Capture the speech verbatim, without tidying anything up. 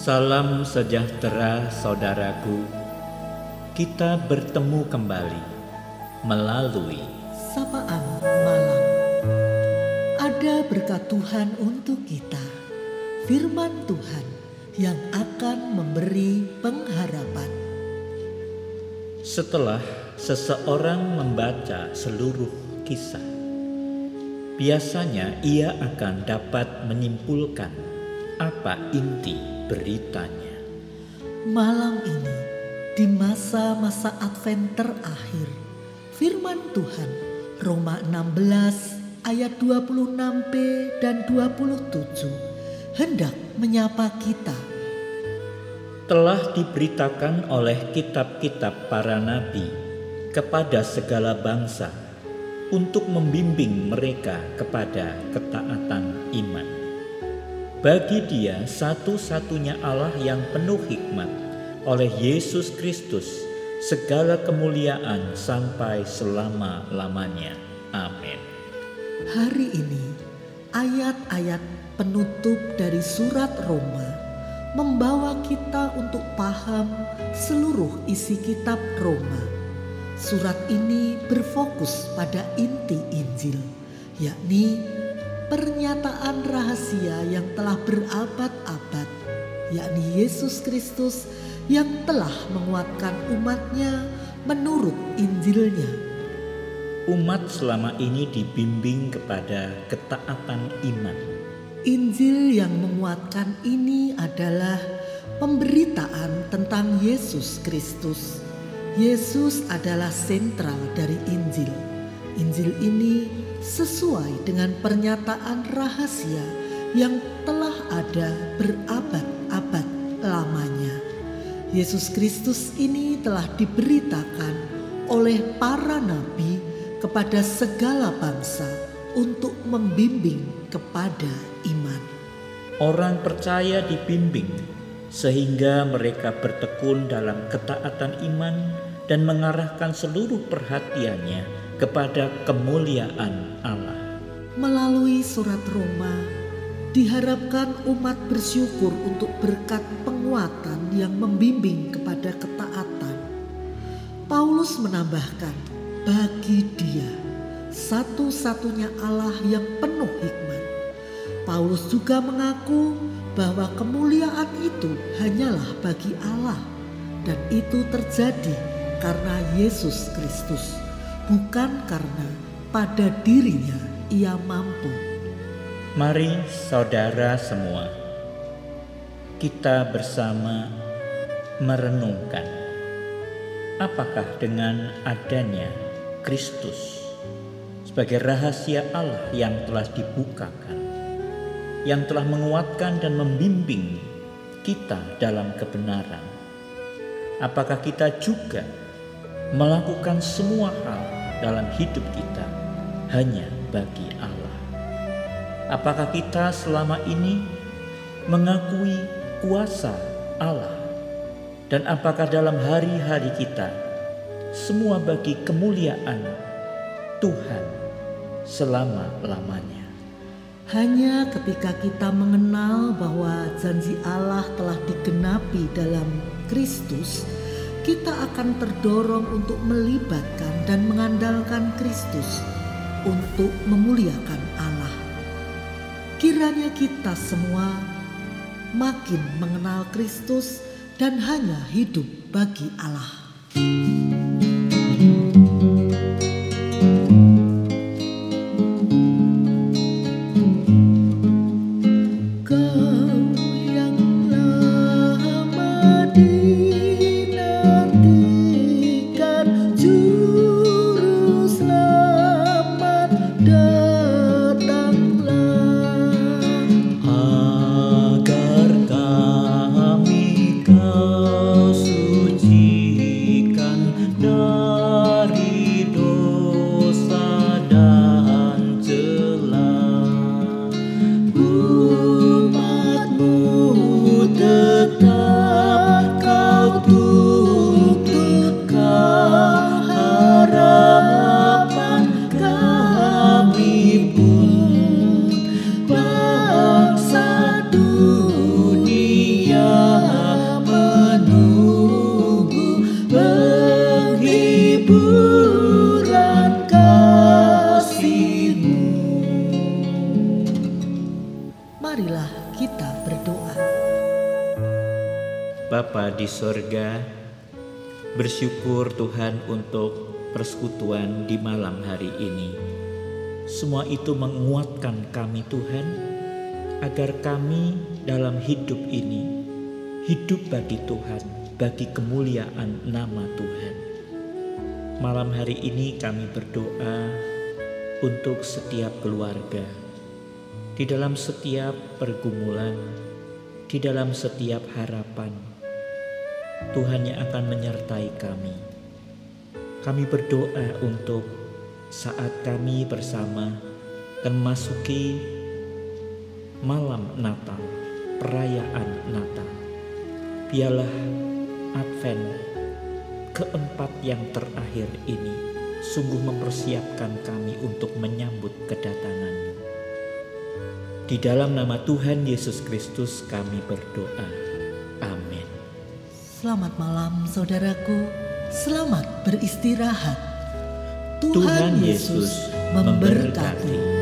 Salam sejahtera saudaraku, kita bertemu kembali melalui Sapaan Malam. Ada berkat Tuhan untuk kita, firman Tuhan yang akan memberi pengharapan. Setelah seseorang membaca seluruh kisah, biasanya ia akan dapat menyimpulkan apa inti beritanya. Malam ini, di masa-masa Advent terakhir, firman Tuhan Roma enam belas ayat dua puluh enam b dan dua puluh tujuh hendak menyapa kita. Telah diberitakan oleh kitab-kitab para nabi kepada segala bangsa untuk membimbing mereka kepada ketaatan iman. Bagi Dia satu-satunya Allah yang penuh hikmat, oleh Yesus Kristus, segala kemuliaan sampai selama-lamanya. Amin. Hari ini, ayat-ayat penutup dari surat Roma membawa kita untuk paham seluruh isi kitab Roma. Surat ini berfokus pada inti Injil, yakni pernyataan rahasia yang telah berabad-abad, yakni Yesus Kristus yang telah menguatkan umatnya menurut Injilnya. Umat selama ini dibimbing kepada ketaatan iman. Injil yang menguatkan ini adalah pemberitaan tentang Yesus Kristus. Yesus adalah sentral dari Injil. Injil ini sesuai dengan pernyataan rahasia yang telah ada berabad-abad lamanya. Yesus Kristus ini telah diberitakan oleh para nabi kepada segala bangsa untuk membimbing kepada iman. Orang percaya dibimbing sehingga mereka bertekun dalam ketaatan iman dan mengarahkan seluruh perhatiannya kepada kemuliaan Allah. Melalui surat Roma, diharapkan umat bersyukur untuk berkat penguatan yang membimbing kepada ketaatan. Paulus menambahkan, bagi Dia satu-satunya Allah yang penuh hikmat. Paulus juga mengaku bahwa kemuliaan itu hanyalah bagi Allah, dan itu terjadi karena Yesus Kristus, bukan karena pada dirinya ia mampu. Mari saudara semua, kita bersama merenungkan, apakah dengan adanya Kristus sebagai rahasia Allah yang telah dibukakan, yang telah menguatkan dan membimbing kita dalam kebenaran, apakah kita juga melakukan semua hal dalam hidup kita hanya bagi Allah? Apakah kita selama ini mengakui kuasa Allah? Dan apakah dalam hari-hari kita semua bagi kemuliaan Tuhan selama-lamanya? Hanya ketika kita mengenal bahwa janji Allah telah digenapi dalam Kristus, kita akan terdorong untuk melibatkan dan mengandalkan Kristus untuk memuliakan Allah. Kiranya kita semua makin mengenal Kristus dan hanya hidup bagi Allah. Bangsa dunia Marilah kita berdoa. Bapa di sorga, bersyukur Tuhan untuk persekutuan di malam hari ini. Semua itu menguatkan kami Tuhan, agar kami dalam hidup ini hidup bagi Tuhan, bagi kemuliaan nama Tuhan. Malam hari ini kami berdoa untuk setiap keluarga, di dalam setiap pergumulan, di dalam setiap harapan, Tuhan yang akan menyertai kami. Kami berdoa untuk saat kami bersama akan memasuki malam Natal, perayaan Natal. Biarlah Advent keempat yang terakhir ini sungguh mempersiapkan kami untuk menyambut kedatangan-Mu. Di dalam nama Tuhan Yesus Kristus kami berdoa. Amin. Selamat malam saudaraku, selamat beristirahat. Tuhan Yesus memberkati.